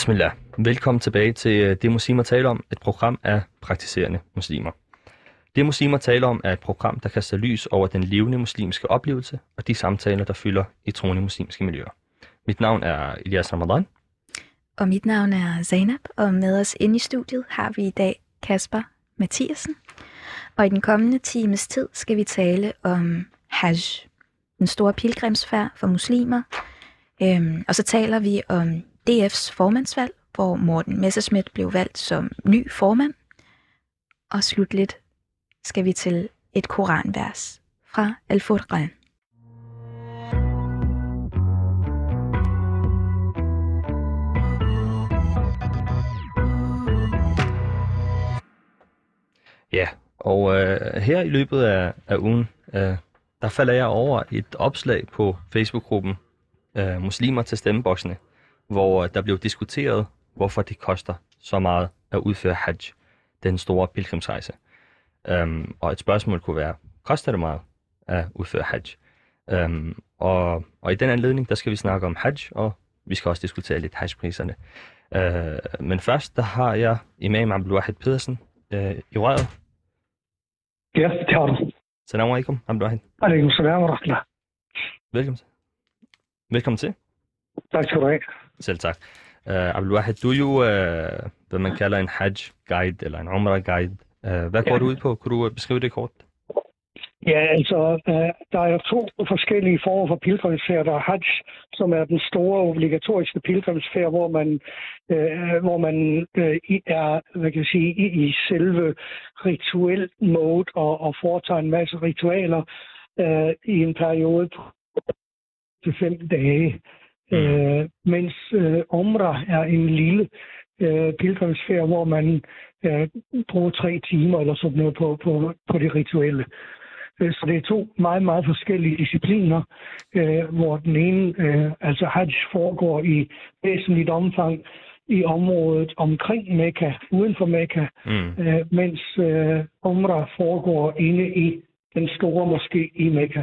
Bismillah. Velkommen tilbage til Det Muslimer taler om, et program af praktiserende muslimer. Det Muslimer taler om er et program, der kaster lys over den levende muslimske oplevelse og de samtaler, der fylder i troende muslimske miljøer. Mit navn er Ilyas Ramadan. Og mit navn er Zainab, og med os inde i studiet har vi i dag Kasper Mathiasen. Og i den kommende times tid skal vi tale om Hajj, den store pilgrimsfærd for muslimer. Og så taler vi om DF's formandsvalg, hvor Morten Messerschmidt blev valgt som ny formand. Og slutligt skal vi til et koranvers fra Al-Furqan. Ja, og her i løbet af ugen, der falder jeg over et opslag på Facebook-gruppen Muslimer til stemmeboksene, hvor der blev diskuteret, hvorfor det koster så meget at udføre Hajj, den store pilgrimsrejse. Og et spørgsmål kunne være, koster det meget at udføre Hajj? Og i den anledning, der skal vi snakke om Hajj, og vi skal også diskutere lidt Hajj-priserne. Men først, der har jeg Imam Abdulwahid Pedersen i røret. Ja, det har du. Salam alaikum, Abdulwahid. Alaikum salam wa rahmatullah. Velkommen til. Tak skal du have. Selv tak. Abdulwahid, du er jo, hvad man kalder en Hajj-guide, eller en Umrah-guide. Hvad går det ud på? Kunne du beskrive det kort? Ja, altså, der er to forskellige former for pilgrimsfærd. Der er Hajj, som er den store obligatoriske pilgrimsfærd, hvor man er, hvad kan jeg sige, i selve rituel mode og foretager en masse ritualer i en periode på 5 dage. Mens Umrah er en lille pilgrimsfærd, hvor man bruger 3 timer eller sådan noget på det rituelle. Så det er 2 meget, meget forskellige discipliner, hvor den ene, altså Hajj, foregår i væsentligt omfang i området omkring Mekka, uden for Mekka, mens Umrah foregår inde i den store moské i Mekka.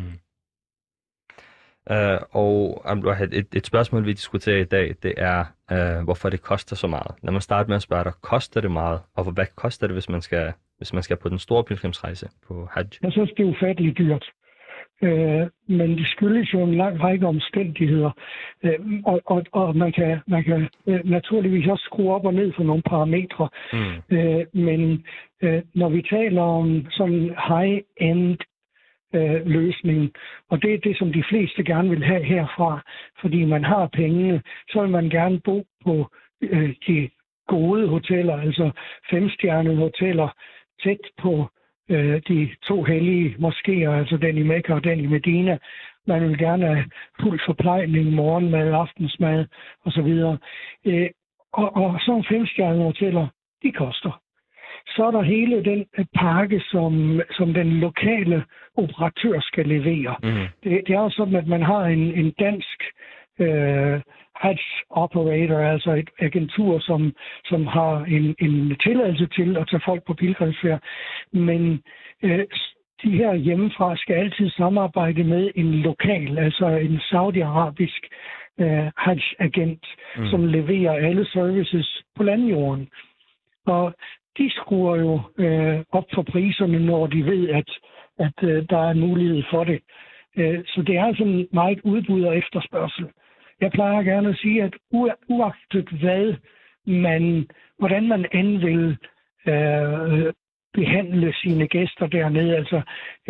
Og et spørgsmål, vi diskuterer i dag, det er, hvorfor det koster så meget. Lad mig starte med at spørge dig, koster det meget? Og hvad koster det, hvis man skal på den store pilgrimsrejse på Hajj? Jeg synes, det er ufatteligt dyrt. Men det skyldes jo en lang række omstændigheder. Og man kan naturligvis også skrue op og ned for nogle parametre. Men når vi taler om sådan high-end løsning, og det er det, som de fleste gerne vil have herfra, fordi man har pengene, så vil man gerne bo på de gode hoteller, altså 5-stjernede hoteller, tæt på de 2 hellige moskéer, altså den i Mekka og den i Medina. Man vil gerne have fuld forplejning, morgenmad, aftensmad osv. Og sådan 5-stjernede hoteller, de koster. Så er der hele den pakke, som den lokale operatør skal levere. Det er jo sådan, at man har en dansk Hajj operator, altså et agentur, som har en tilladelse til at tage folk på pilgrimsfærd. Men de her hjemmefra skal altid samarbejde med en lokal, altså en saudiarabisk Hajj-agent, som leverer alle services på landjorden. Og de skruer jo op for priserne, når de ved, at der er mulighed for det. Så det er sådan meget udbud og efterspørgsel. Jeg plejer gerne at sige, at uagtet hvordan man end vil behandle sine gæster dernede, altså,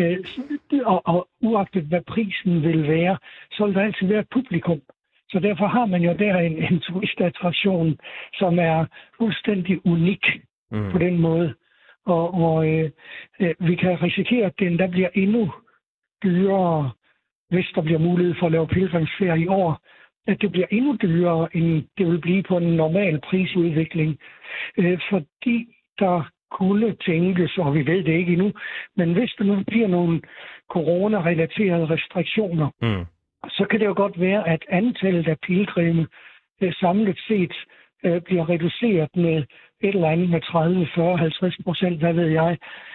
og uagtet hvad prisen vil være, så vil der altid være et publikum. Så derfor har man jo der en turistattraktion, som er fuldstændig unik på den måde. Og vi kan risikere, at det endda bliver endnu dyrere, hvis der bliver mulighed for at lave pilgrimsfærd i år, at det bliver endnu dyrere, end det vil blive på en normal prisudvikling. Fordi der kunne tænkes, og vi ved det ikke endnu, men hvis der nu bliver nogle corona-relaterede restriktioner, så kan det jo godt være, at antallet af pilgrimme samlet set bliver reduceret med et eller andet med 30, 40, 50%, hvad ved jeg.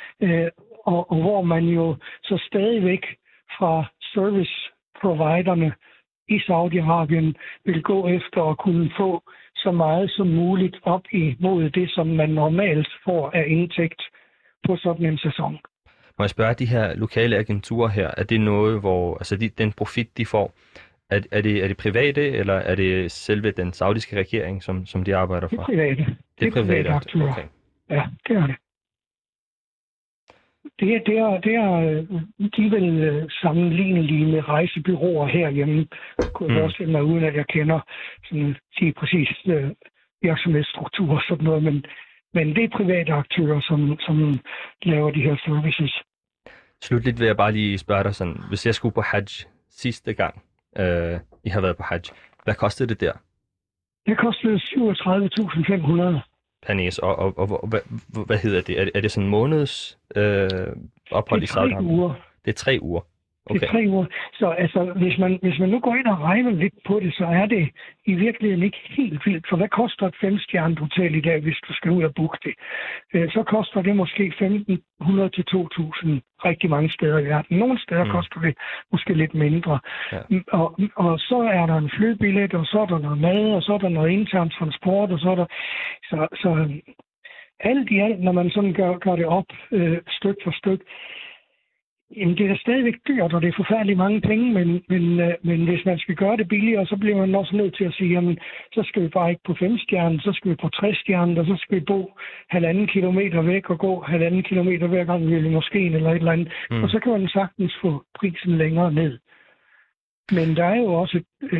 Og hvor man jo så stadigvæk fra service providerne i Saudi-Arabien vil gå efter at kunne få så meget som muligt op imod det, som man normalt får af indtægt på sådan en sæson. Må jeg spørge, de her lokale agenturer her, er det noget, hvor altså den profit, de får, er det private, eller er det selve den saudiske regering, som de arbejder for? Det er private. Det er private aktører. Okay. Ja, det er det. De er vel sammenlignelige med rejsebyråer herhjemme, kunne jeg forestille mig, uden at jeg kender sådan lige præcis virksomhedsstruktur og sådan noget, men det er private aktører, som laver de her services. Slutligt vil jeg bare lige spørge dig sådan, hvis jeg skulle på Hajj sidste gang, I har været på Hajj, hvad kostede det der? Det kostede 37.500. Per næse, og hvad hedder det? Er det sådan en måneds ophold i Saudi-Arabien? Det er 3 uger. Det er 3 uger. Okay. Det er 3 uger. Så altså, hvis man nu går ind og regner lidt på det, så er det i virkeligheden ikke helt vildt. For hvad koster et 5-stjernet hotel i dag, hvis du skal ud og booke det? Så koster det måske 1.500 til 2.000 rigtig mange steder i verden. Nogle steder koster det måske lidt mindre. Ja. Og så er der en flybillet, og så er der noget mad, og så er der noget intern transport, og så er der... Så alt i alt, når man sådan gør det op stykke for stykke, jamen, det er stadigvæk dyrt, og det er forfærdeligt mange penge, men hvis man skal gøre det billigere, så bliver man også nødt til at sige, jamen, så skal vi bare ikke på 5-stjernen, så skal vi på 3-stjernen, og så skal vi bo 1,5 kilometer væk og gå 1,5 kilometer hver gang vi vil i moskeen eller et eller andet. Og så kan man sagtens få prisen længere ned. Men der er jo også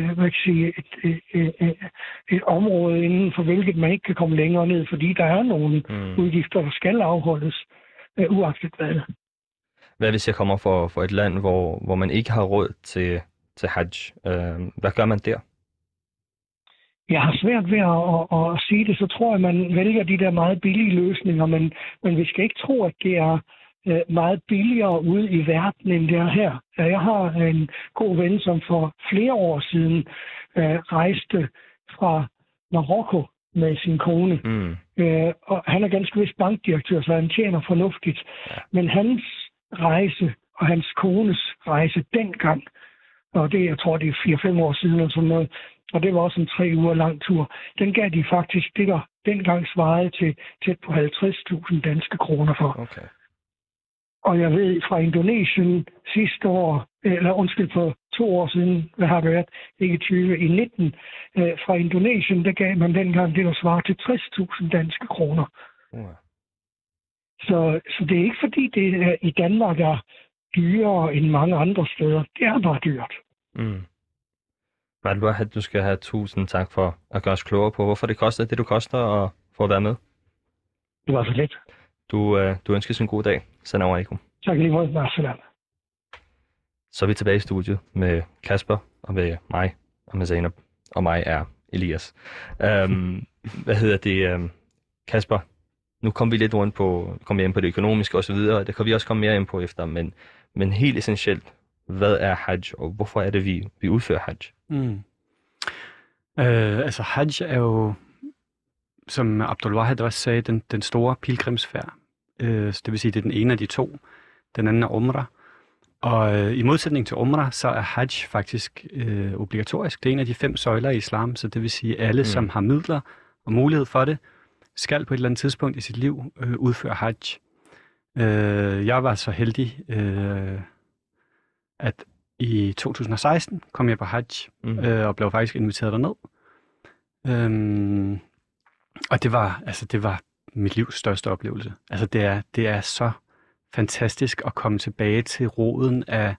et område inden for hvilket man ikke kan komme længere ned, fordi der er nogle udgifter, der skal afholdes uagtet hvad. Hvad hvis jeg kommer for et land, hvor man ikke har råd til Hajj? Hvad gør man der? Jeg har svært ved at sige det, så tror jeg, man vælger de der meget billige løsninger, men vi skal ikke tro, at det er meget billigere ude i verden, end det er her. Jeg har en god ven, som for flere år siden rejste fra Marokko med sin kone. Og han er ganske vist bankdirektør, så han tjener fornuftigt. Ja. Men hans rejse og hans kones rejse dengang, og det, jeg tror, det er 4-5 år siden eller sådan noget, og det var også en 3 uger lang tur, den gav de faktisk det, der dengang svarede til tæt på 50.000 danske kroner for. Okay. Og jeg ved fra Indonesien sidste år, for 2 år siden, hvad har det været, ikke 20, i 19, fra Indonesien, der gav man dengang det, der svarer til 60.000 danske kroner. Så det er ikke fordi, det er, i Danmark er dyrere end mange andre steder. Det er bare dyrt. Malbur, du skal have 1000 tak for at gøre os klogere på, hvorfor det koster det, du koster, og for at være med. Det var så lidt. Du ønsker en god dag. Salam alaikum. Tak lige måde. Marsalam. Så er vi tilbage i studiet med Kasper, og med mig, og med Zainab, og mig er Elias. Hvad hedder det, Kasper? Nu kom vi lidt rundt på, ind på det økonomiske osv., og det kan vi også komme mere ind på efter, men helt essentielt, hvad er Hajj, og hvorfor er det, vi udfører Hajj? Altså Hajj er jo, som Abdul Wahid også sagde, den store pilgrimsfærd. Det vil sige, det er den ene af de to. Den anden er Umrah. Og i modsætning til Umrah, så er Hajj faktisk obligatorisk. Det er en af de 5 søjler i islam, så det vil sige, at alle, som har midler og mulighed for det, skal på et eller andet tidspunkt i sit liv udføre Hajj. Jeg var så heldig, at i 2016 kom jeg på Hajj, og blev faktisk inviteret derned. Og det var mit livs største oplevelse. Altså det er så fantastisk at komme tilbage til roden af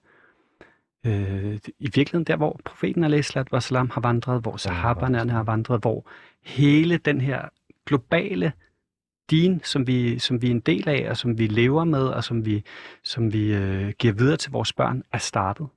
i virkeligheden der, hvor profeten alaihissalam har vandret, hvor sahaberne har vandret, hvor hele den her globale din, som vi er en del af, og som vi lever med, og som vi giver videre til vores børn, er startet.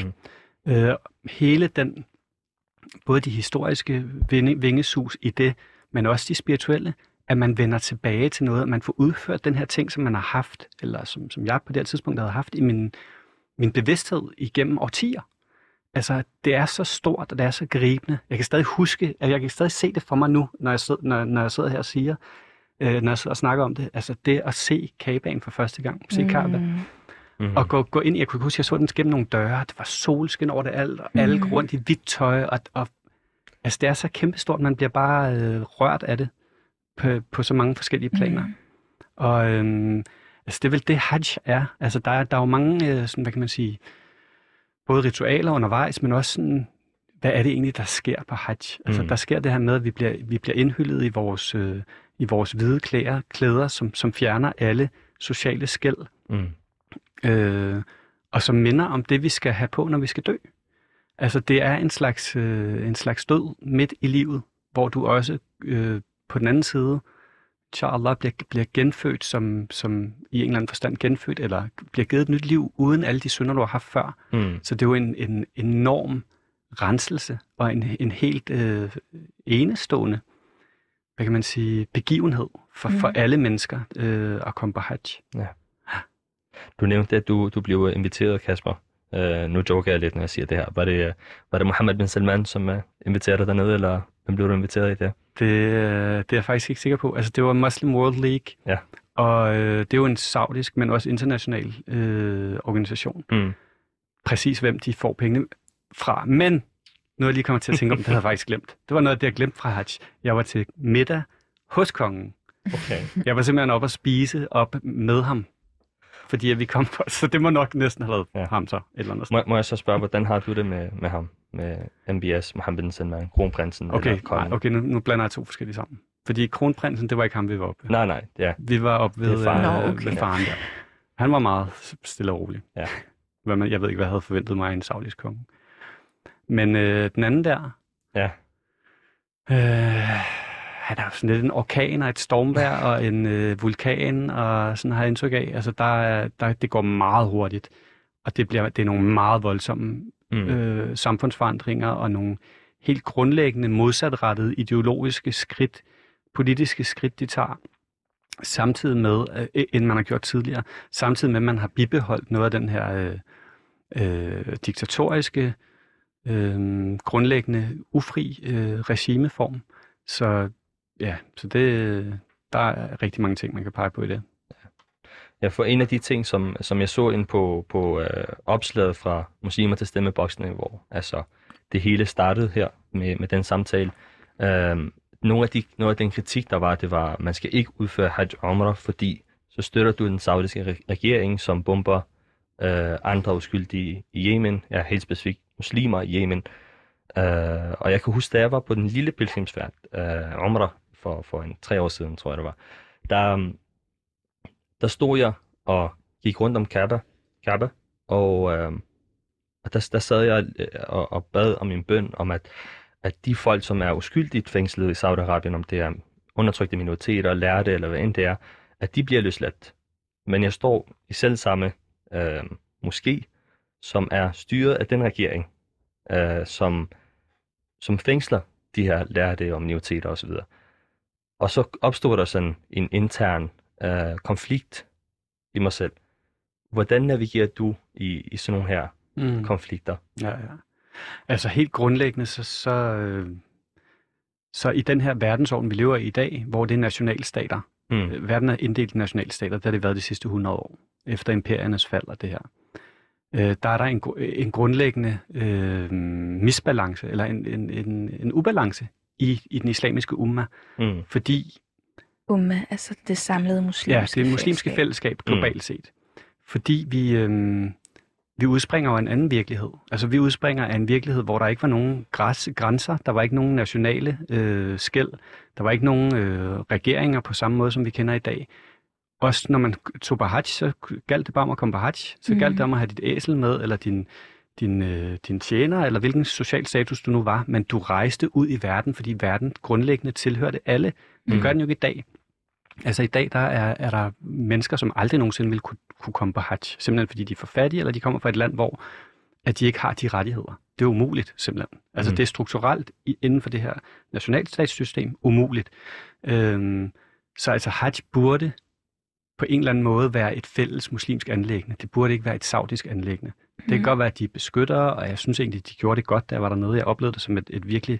Hele den, både de historiske vingesus i det, men også de spirituelle, at man vender tilbage til noget, at man får udført den her ting, som man har haft, eller som jeg på det her tidspunkt havde haft i min bevidsthed igennem årtier. Altså, det er så stort, og det er så gribende. Jeg kan stadig huske, at jeg kan stadig se det for mig nu, når jeg sidder her og siger, når jeg sidder og snakker om det. Altså, det at se Kabaen for første gang, se Kaaba, og gå ind i, jeg kunne huske, at jeg så den gennem nogle døre, det var solskin over det alt, og alle går rundt i hvidt tøj, og Altså, det er så kæmpestort, man bliver bare rørt af det på så mange forskellige planer. Og altså, det er vel det, hajj er. Altså, der er jo mange, sådan, hvad kan man sige, både ritualer undervejs, men også sådan, hvad er det egentlig, der sker på hajj? Altså, der sker det her med, at vi bliver indhyllet i vores hvide klæder, som fjerner alle sociale skel. Og som minder om det, vi skal have på, når vi skal dø. Altså, det er en slags død midt i livet, hvor du også på den anden side, inshallah, bliver genfødt som i en eller anden forstand genfødt, eller bliver givet et nyt liv, uden alle de synder, du har haft før. Så det er jo en enorm renselse, og en helt enestående, hvad kan man sige, begivenhed for alle mennesker at komme på hajj. Ja. Du nævnte, at du blev inviteret, Kasper. Nu joker jeg lidt, når jeg siger det her. Var det Mohammed bin Salman, som inviterede dig dernede, eller hvem blev du inviteret i det? Det er jeg faktisk ikke sikker på. Altså, det var Muslim World League, ja. Og det er jo en saudisk, men også international organisation. Præcis hvem de får penge fra. Men noget, jeg lige kommer til at tænke om, det havde jeg faktisk glemt. Det var noget, jeg glemt fra hajj. Jeg var til middag hos kongen. Okay. Jeg var simpelthen oppe at spise op med ham. Fordi vi kom på, så det må nok næsten have været ham så, et eller andet sted. Må jeg så spørge, hvordan har du det med ham? Med MBS, Mohammed bin Salman, kronprinsen eller kongen? Okay, nu blander jeg to forskellige sammen. Fordi kronprinsen, det var ikke ham, vi var oppe ved. Nej, ja. Vi var oppe ved faren der. Han var meget stille og rolig. Ja. Jeg ved ikke, hvad jeg havde forventet mig af en saudisk konge. Men den anden der... Ja. Han er jo sådan lidt en orkan og et stormvejr og en vulkan, og sådan har jeg indtryk af. Altså, det går meget hurtigt, og det er nogle meget voldsomme samfundsforandringer og nogle helt grundlæggende modsatrettede ideologiske skridt, politiske skridt, de tager, samtidig med, end man har gjort tidligere, samtidig med, at man har bibeholdt noget af den her diktatoriske, grundlæggende, ufri regimeform. Så der er rigtig mange ting, man kan pege på i det. Ja, for en af de ting, som jeg så ind på opslaget fra Muslimer til Stemmeboksene, hvor altså det hele startede her med den samtale. Noget af den kritik, der var, det var, at man skal ikke udføre hajj umrah, fordi så støtter du den saudiske regering, som bomber andre uskyldige i Yemen, helt specifikt muslimer i Yemen. Og jeg kan huske, da jeg var på den lille pilgrimsfærd, umrah, for 3 år siden, tror jeg det var, der stod jeg og gik rundt om Kaaba, og der sad jeg og bad om en bøn om, at de folk, som er uskyldigt fængslet i Saudi-Arabien, om det er undertrykte minoriteter, lærte eller hvad end det er, at de bliver løsladt. Men jeg står i selv samme moské, som er styret af den regering, som fængsler de her lærte om minoriteter osv. Og så opstod der sådan en intern konflikt i mig selv. Hvordan navigerer du i sådan nogle her konflikter? Ja. Altså helt grundlæggende, så i den her verdensorden, vi lever i dag, hvor det er nationalstater, verden er inddelt i nationalstater, der har det været de sidste 100 år, efter imperiernes fald og det her. Der er der en grundlæggende misbalance, eller en ubalance i den islamiske umma, fordi... Umma, altså det samlede muslimske Ja, det muslimske fællesskab globalt set. Fordi vi udspringer af en anden virkelighed. Altså vi udspringer af en virkelighed, hvor der ikke var nogen grænser, der var ikke nogen nationale skel, der var ikke nogen regeringer på samme måde, som vi kender i dag. Også når man tog på hajj, så galt det bare om at komme på hajj. Så galt det om at have dit æsel med, eller din tjener, eller hvilken social status du nu var. Men du rejste ud i verden, fordi verden grundlæggende tilhørte alle. Det gør den jo ikke i dag. Altså i dag, der er der mennesker, som aldrig nogensinde ville kunne komme på hajj. Simpelthen fordi de er for fattige, eller de kommer fra et land, hvor at de ikke har de rettigheder. Det er umuligt, simpelthen. Altså det er strukturelt inden for det her nationalstatssystem umuligt. Så altså hajj burde på en eller anden måde være et fælles muslimsk anliggende. Det burde ikke være et saudisk anliggende. Det kan godt være, at de beskytter, og jeg synes egentlig, de gjorde det godt, da jeg var dernede. Jeg oplevede det som et virkelig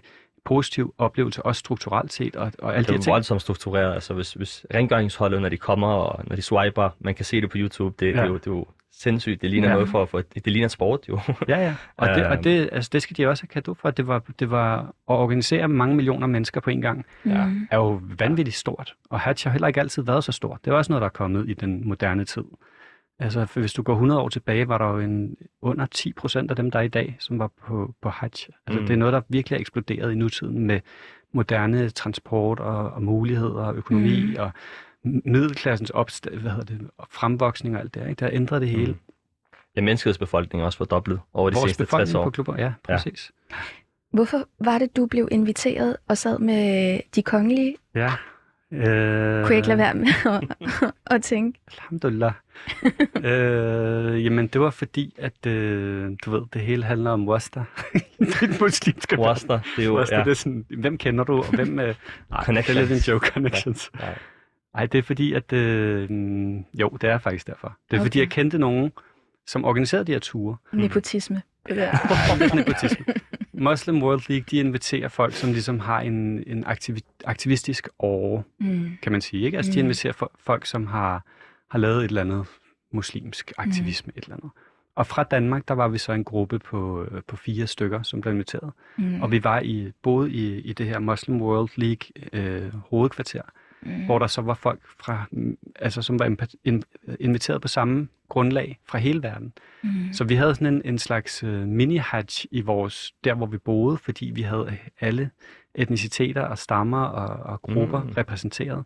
positiv oplevelse, også strukturelt set, og alle de Det er voldsomt struktureret. Altså hvis rengøringsholdet, når de kommer, og når de swiper, man kan se det på YouTube, det er jo sindssygt. Det ligner noget for det ligner sport jo. Ja. Og det skal de også have cadeau for. Det var at organisere mange millioner mennesker på en gang, er jo vanvittigt stort. Og Hajj har heller ikke altid været så stort. Det er også noget, der er kommet i den moderne tid. Altså, hvis du går 100 år tilbage, var der jo under 10% af dem, der er i dag, som var på Hajj. Altså, det er noget, der virkelig er eksploderet i nutiden med moderne transport og muligheder og økonomi og middelklassens fremvoksning og alt det. Ikke? Der ændrer det hele. Ja, menneskehedsbefolkningen er også fordoblet over de seneste 60 år. På klubber, ja, præcis. Ja. Hvorfor var det, du blev inviteret og sad med de kongelige? Ja. Kunne jeg ikke lade være med at tænke? Alhamdulillah. Jamen, det var fordi, at du ved, det hele handler om wasta. Det muslimske wasta, det er jo... Wasta, det er sådan, hvem kender du, og hvem... Nej, det er lidt en joke, connections. Nej, det er fordi, at... jo, det er faktisk derfor. Det er fordi, jeg kendte nogen, som organiserede de her ture. Nepotisme. Nepotisme. Muslim World League, de inviterer folk, som ligesom har en aktivistisk åre, kan man sige. Ikke? Altså, de inviterer folk, som har lavet et eller andet muslimsk aktivisme, et eller andet. Og fra Danmark, der var vi så en gruppe på 4 stykker, som blev inviteret. Og vi var boede i det her Muslim World League hovedkvarter, hvor der så var folk fra, altså som var inviteret på samme grundlag fra hele verden. Så vi havde sådan en slags mini-hajj i der hvor vi boede, fordi vi havde alle etniciteter og stammer og grupper repræsenteret.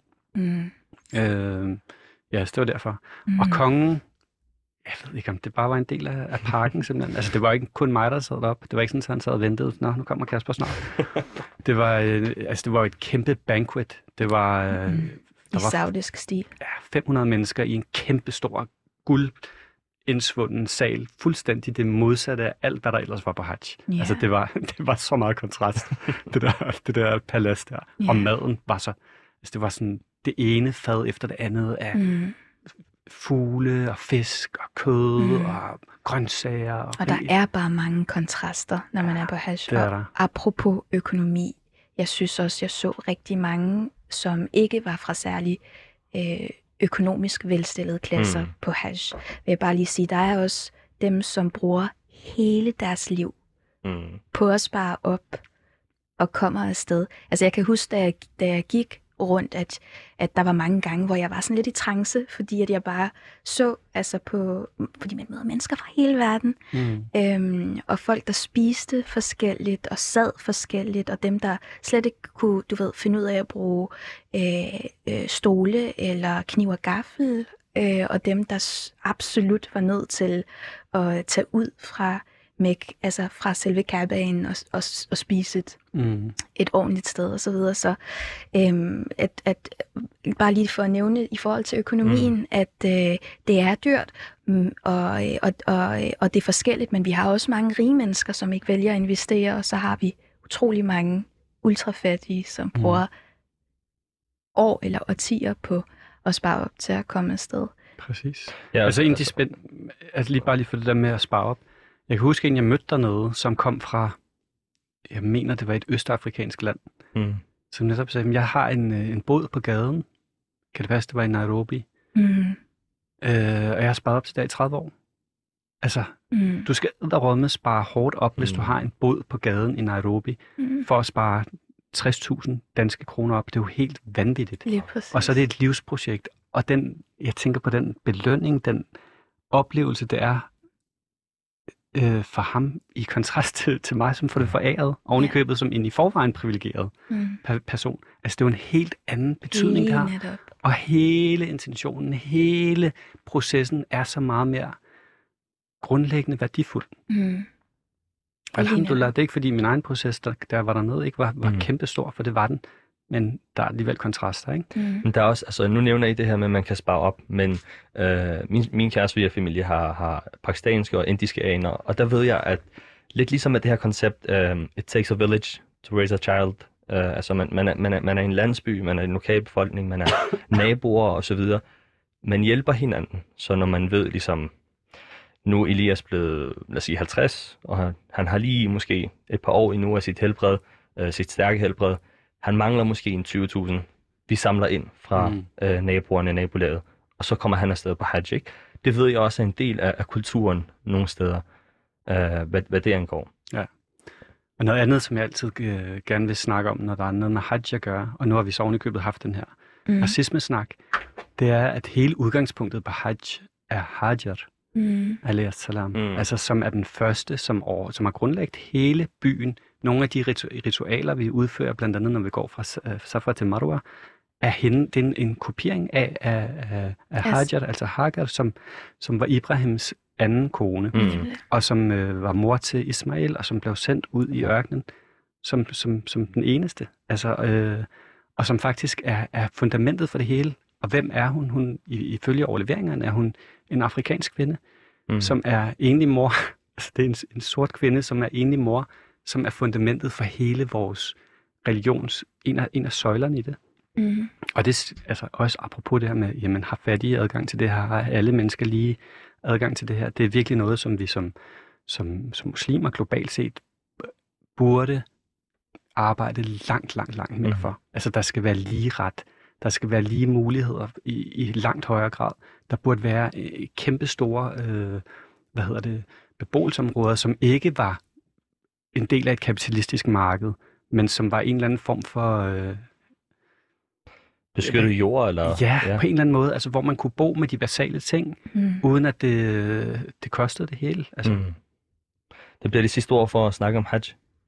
Ja, så det var derfor. Og kongen, jeg ved ikke om det bare var en del af parken simpelthen. Altså det var ikke kun mig, der sad deroppe. Det var ikke sådan, at han sad og ventede. Nå, nu kommer Kasper snart. Det var et kæmpe banquet. Det var... I saudisk stil. Ja, 500 mennesker i en kæmpe stor indvunden sal. Fuldstændig det modsatte af alt, hvad der ellers var på Hajj. Yeah. Altså det var så meget kontrast. det der palads der. Yeah. Og maden var så... Altså det var sådan det ene fad efter det andet af... fugle og fisk og kød og grøntsager. Og der er bare mange kontraster, når man er på Hajj. Og apropos økonomi, jeg synes også, jeg så rigtig mange, som ikke var fra særlig økonomisk velstillede klasser på Hajj. Vil jeg bare lige sige, der er også dem, som bruger hele deres liv på at spare op og kommer afsted. Altså jeg kan huske, da jeg gik rundt, at der var mange gange, hvor jeg var sådan lidt i trance, fordi at jeg bare så, altså fordi man møder mennesker fra hele verden, og folk, der spiste forskelligt, og sad forskelligt, og dem, der slet ikke kunne, finde ud af at bruge stole, eller kniv og gaffel, og dem, der absolut var nødt til at tage ud fra altså fra selve Ka'baen og spise et ordentligt sted og så videre. Så bare lige for at nævne i forhold til økonomien, at det er dyrt, og det er forskelligt, men vi har også mange rige mennesker, som ikke vælger at investere, og så har vi utrolig mange ultrafattige, som bruger år eller årtier på at spare op til at komme afsted. Præcis. Ja, altså bare lige for det der med at spare op. Jeg kan huske en, jeg mødte dernede, som kom fra, jeg mener, det var et østafrikansk land, som netop sagde, jeg har en båd på gaden. Kan det passe, det var i Nairobi? Og jeg har sparet op til dag i 30 år. Altså, du skal edderrådme spare hårdt op, hvis du har en båd på gaden i Nairobi, for at spare 60.000 danske kroner op. Det er jo helt vanvittigt. Og så er det et livsprojekt. Og jeg tænker på den belønning, den oplevelse, det er, for ham i kontrast til mig, som får det foræret oven i købet som en i forvejen privilegeret person. Altså det er jo en helt anden betydning der. Og hele intentionen, hele processen er så meget mere grundlæggende værdifuld. Alhamdulillah, det er ikke fordi min egen proces, der var dernede, ikke var kæmpestor, for det var den. Men der er alligevel kontraster, ikke? Men der er også, altså nu nævner I det her med, at man kan spare op, men min kæreste via familie har pakistanske og indiske aner, og der ved jeg, at lidt ligesom at det her koncept, it takes a village to raise a child, altså man er en landsby, man er en lokal befolkning, man er naboer og så videre, man hjælper hinanden, så når man ved ligesom, nu er Elias blevet, lad os sige 50, og han har lige måske et par år endnu af sit helbred, sit stærke helbred. Han mangler måske en 20.000. Vi samler ind fra naboerne i nabolaget, og så kommer han afsted på Hajj, ikke? Det ved jeg også er en del af kulturen nogle steder, hvad det angår. Ja. Og noget andet, som jeg altid gerne vil snakke om, når der er noget med Hajj at gøre, og nu har vi så ovenikøbet haft den her racisme-snak, det er, at hele udgangspunktet på Hajj er Hajar, alayhi salam, altså som er den første, som har grundlagt hele byen. Nogle af de ritualer, vi udfører, blandt andet når vi går fra Safa til Marwa, er hende. Det er en kopiering af Hajar, altså Hagar, som var Ibrahims anden kone, og som var mor til Ismail, og som blev sendt ud i ørkenen som den eneste. Altså, og som faktisk er fundamentet for det hele. Og hvem er hun? Ifølge overleveringerne er hun en afrikansk kvinde, som er enlig mor. Altså, det er en sort kvinde, som er enlig mor, som er fundamentet for hele vores religions, en af søjlerne i det. Og det altså også apropos det her med, jamen har fattige adgang til det her, har alle mennesker lige adgang til det her. Det er virkelig noget, som vi som muslimer globalt set burde arbejde langt mere for. Altså der skal være lige ret, der skal være lige muligheder i langt højere grad. Der burde være kæmpe store beboelsesområder, som ikke var en del af et kapitalistisk marked, men som var en eller anden form for beskyttet jord, eller? Ja, på en eller anden måde. Altså, hvor man kunne bo med de basale ting, uden at det kostede det hele. Altså. Det bliver det sidste ord for at snakke om Hajj.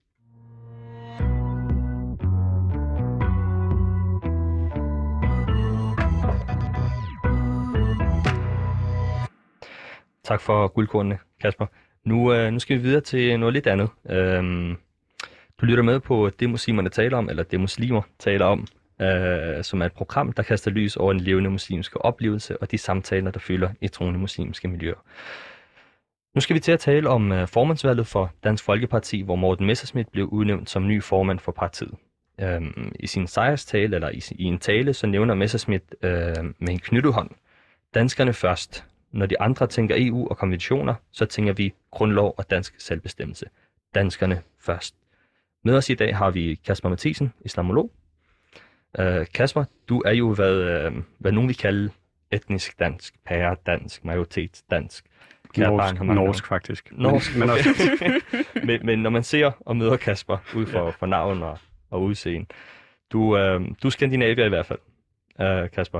Tak for guldkornene, Kasper. Nu skal vi videre til noget lidt andet. Du lytter med på Det Muslimerne taler om, eller Det Muslimer taler om, som er et program, der kaster lys over den levende muslimske oplevelse og de samtaler, der fylder i troende muslimske miljøer. Nu skal vi til at tale om formandsvalget for Dansk Folkeparti, hvor Morten Messerschmidt blev udnævnt som ny formand for partiet. I sin sejrstale, eller i en tale, så nævner Messerschmidt med en knyttet hånd: danskerne først. Når de andre tænker EU og konventioner, så tænker vi grundlov og dansk selvbestemmelse. Danskerne først. Med os i dag har vi Kasper Mathisen, islamolog. Kasper, du er jo hvad nogen vil kalde etnisk dansk, pæredansk, majoritetsdansk. Norsk faktisk. Norsk, men også. men når man ser og møder Kasper ud for navn og udseende, du er skandinavier i hvert fald, Kasper.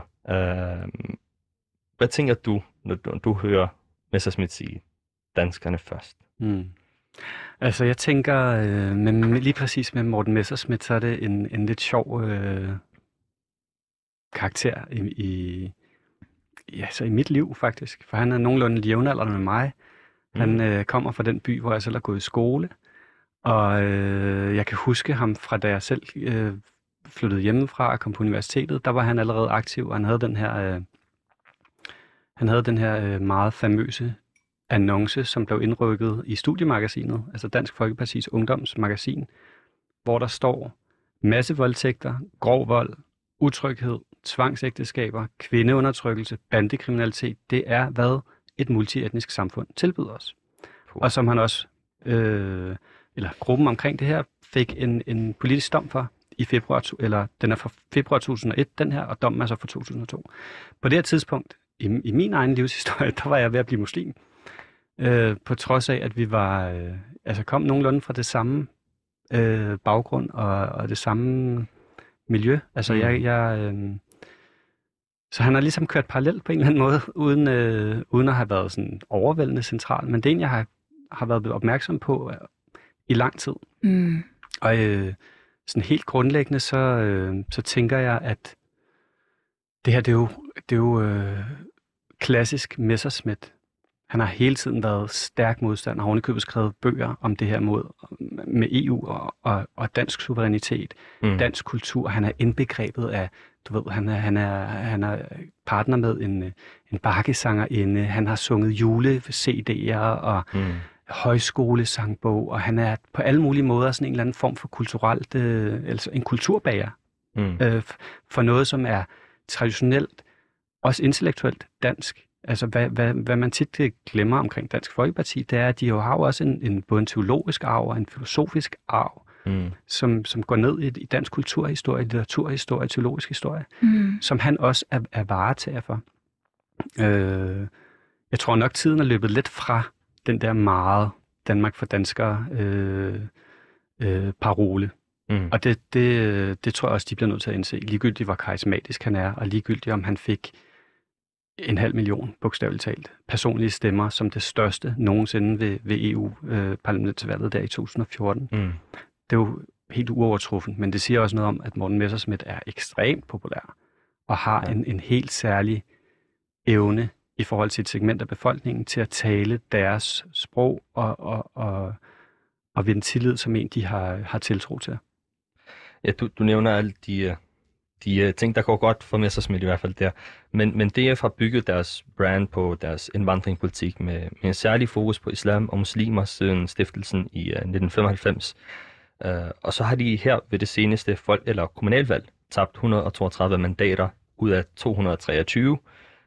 Hvad tænker du, når du hører Messerschmidt sige danskerne først? Altså jeg tænker, lige præcis med Morten Messerschmidt, så er det en lidt sjov karakter i mit liv faktisk. For han er nogenlunde jævnaldrende med mig. Han kommer fra den by, hvor jeg selv har gået i skole. Og jeg kan huske ham fra da jeg selv flyttede hjemmefra og kom på universitetet. Der var han allerede aktiv, og han havde den her meget famøse annonce, som blev indrykket i Studiemagasinet, altså Dansk Folkepartis ungdomsmagasin, hvor der står: massevoldtægter, grov vold, utryghed, tvangsægteskaber, kvindeundertrykkelse, bandekriminalitet, det er, hvad et multietnisk samfund tilbyder os. Og som han også, eller gruppen omkring det her, fik en politisk dom for i februar, eller den er fra februar 2001, den her, og dommen er så fra 2002. På det her tidspunkt, i min egen livshistorie, der var jeg ved at blive muslim. På trods af, at vi var, kom nogenlunde fra det samme baggrund og det samme miljø. Altså så han har ligesom kørt parallelt på en eller anden måde, uden at have været sådan overvældende central. Men det er en, jeg har været opmærksom på i lang tid. Og sådan helt grundlæggende, så tænker jeg, at det her, det er jo klassisk Messerschmidt. Han har hele tiden været stærk modstander, har ovenikøbet skrevet bøger om det her med EU og dansk suverænitet, dansk kultur. Han er indbegrebet af, du ved, han er partner med en bakkesangerinde, han har sunget jule-CD'er og højskolesangbog, og han er på alle mulige måder sådan en eller anden form for kulturelt, altså en kulturbager for noget, som er traditionelt, også intellektuelt dansk. Altså, hvad man tit glemmer omkring Dansk Folkeparti, det er, at de jo har også både en teologisk arv og en filosofisk arv, som går ned i dansk kulturhistorie, litteraturhistorie, teologisk historie, som han også er varetager for. Jeg tror nok, tiden er løbet lidt fra den der meget Danmark for danskere parole. Og det tror jeg også, de bliver nødt til at indse. Ligegyldigt hvor karismatisk han er, og ligegyldigt om han fik 500.000, bogstaveligt talt, personlige stemmer som det største nogensinde ved EU-parlamentsvalget der i 2014. Det er jo helt uovertruffent, men det siger også noget om, at Morten Messerschmidt er ekstremt populær og har en helt særlig evne i forhold til et segment af befolkningen til at tale deres sprog og vinde tillid som en, de har tiltro til. Ja, du nævner alle de ting, der går godt for Messerschmidt i hvert fald der. Men DF har bygget deres brand på deres indvandringspolitik med en særlig fokus på islam og muslimer siden stiftelsen i 1995. Og så har de her ved det seneste kommunalvalg tabt 132 mandater ud af 223.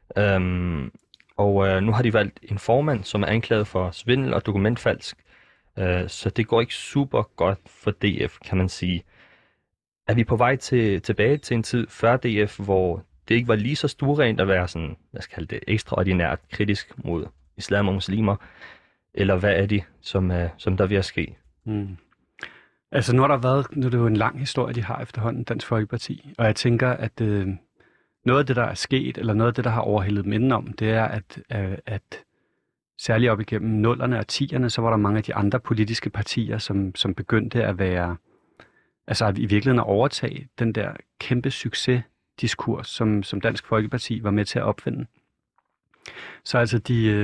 Nu har de valgt en formand, som er anklaget for svindel og dokumentfalsk. Så det går ikke super godt for DF, kan man sige. Er vi på vej tilbage til en tid før DF, hvor det ikke var lige så stuerent at være sådan, hvad skal jeg kalde det, ekstraordinært kritisk mod islam og muslimer? Eller hvad er det, som der er ved at ske? Altså nu er det jo en lang historie, de har efterhånden, Dansk Folkeparti. Og jeg tænker, at noget af det, der er sket, eller noget af det, der har overhældet dem indenom, det er, at særligt op igennem 0'erne og 10'erne, så var der mange af de andre politiske partier, som begyndte at være, altså i virkeligheden at overtage den der kæmpe succesdiskurs, som Dansk Folkeparti var med til at opfinde. Så altså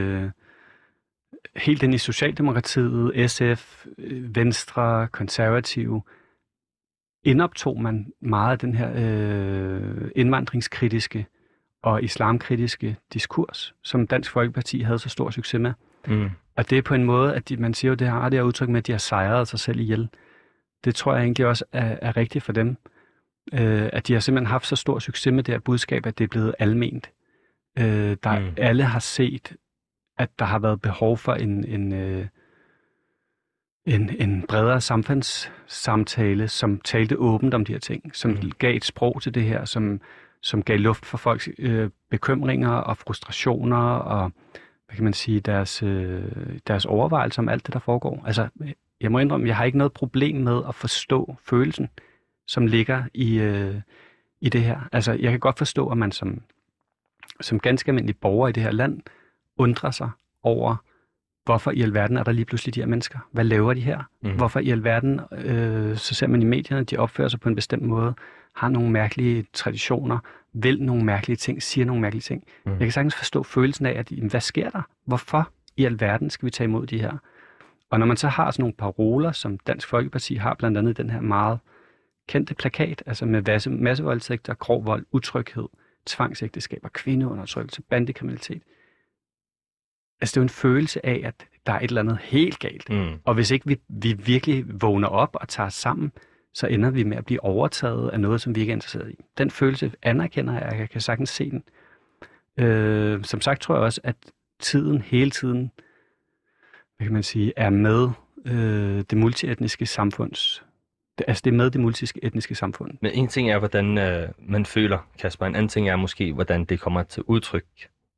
helt ind i Socialdemokratiet, SF, Venstre, Konservative, indoptog man meget af den her indvandringskritiske og islamkritiske diskurs, som Dansk Folkeparti havde så stor succes med. Og det er på en måde, at man siger jo, det her udtryk med, at de har sejret sig selv ihjel. Det tror jeg egentlig også er rigtigt for dem. At de har simpelthen haft så stor succes med det her budskab, at det er blevet alment. Alle har set, at der har været behov for en bredere samfundssamtale, som talte åbent om de her ting, som gav et sprog til det her, som gav luft for folks bekymringer og frustrationer og, hvad kan man sige, deres overvejelser om alt det, der foregår. Altså, jeg må indrømme, jeg har ikke noget problem med at forstå følelsen, som ligger i det her. Altså, jeg kan godt forstå, at man som ganske almindelig borger i det her land undrer sig over, hvorfor i alverden er der lige pludselig de her mennesker? Hvad laver de her? Hvorfor i alverden, så ser man i medierne, de opfører sig på en bestemt måde, har nogle mærkelige traditioner, vil nogle mærkelige ting, siger nogle mærkelige ting. Jeg kan sagtens forstå følelsen af, at hvad sker der? Hvorfor i alverden skal vi tage imod de her? Og når man så har sådan nogle paroler, som Dansk Folkeparti har, blandt andet den her meget kendte plakat, altså med massevoldtægter, grov vold, utryghed, tvangsægteskaber, kvindeundertrykkelse, bandekriminalitet. Altså det er jo en følelse af, at der er et eller andet helt galt. Og hvis ikke vi virkelig vågner op og tager os sammen, så ender vi med at blive overtaget af noget, som vi ikke er interesseret i. Den følelse anerkender jeg kan sagtens se den. Som sagt tror jeg også, at tiden hele tiden, hvad kan man sige, er med det multietniske samfunds. Det er med det multietniske samfund. Men en ting er, hvordan man føler, Kasper. En anden ting er måske, hvordan det kommer til udtryk.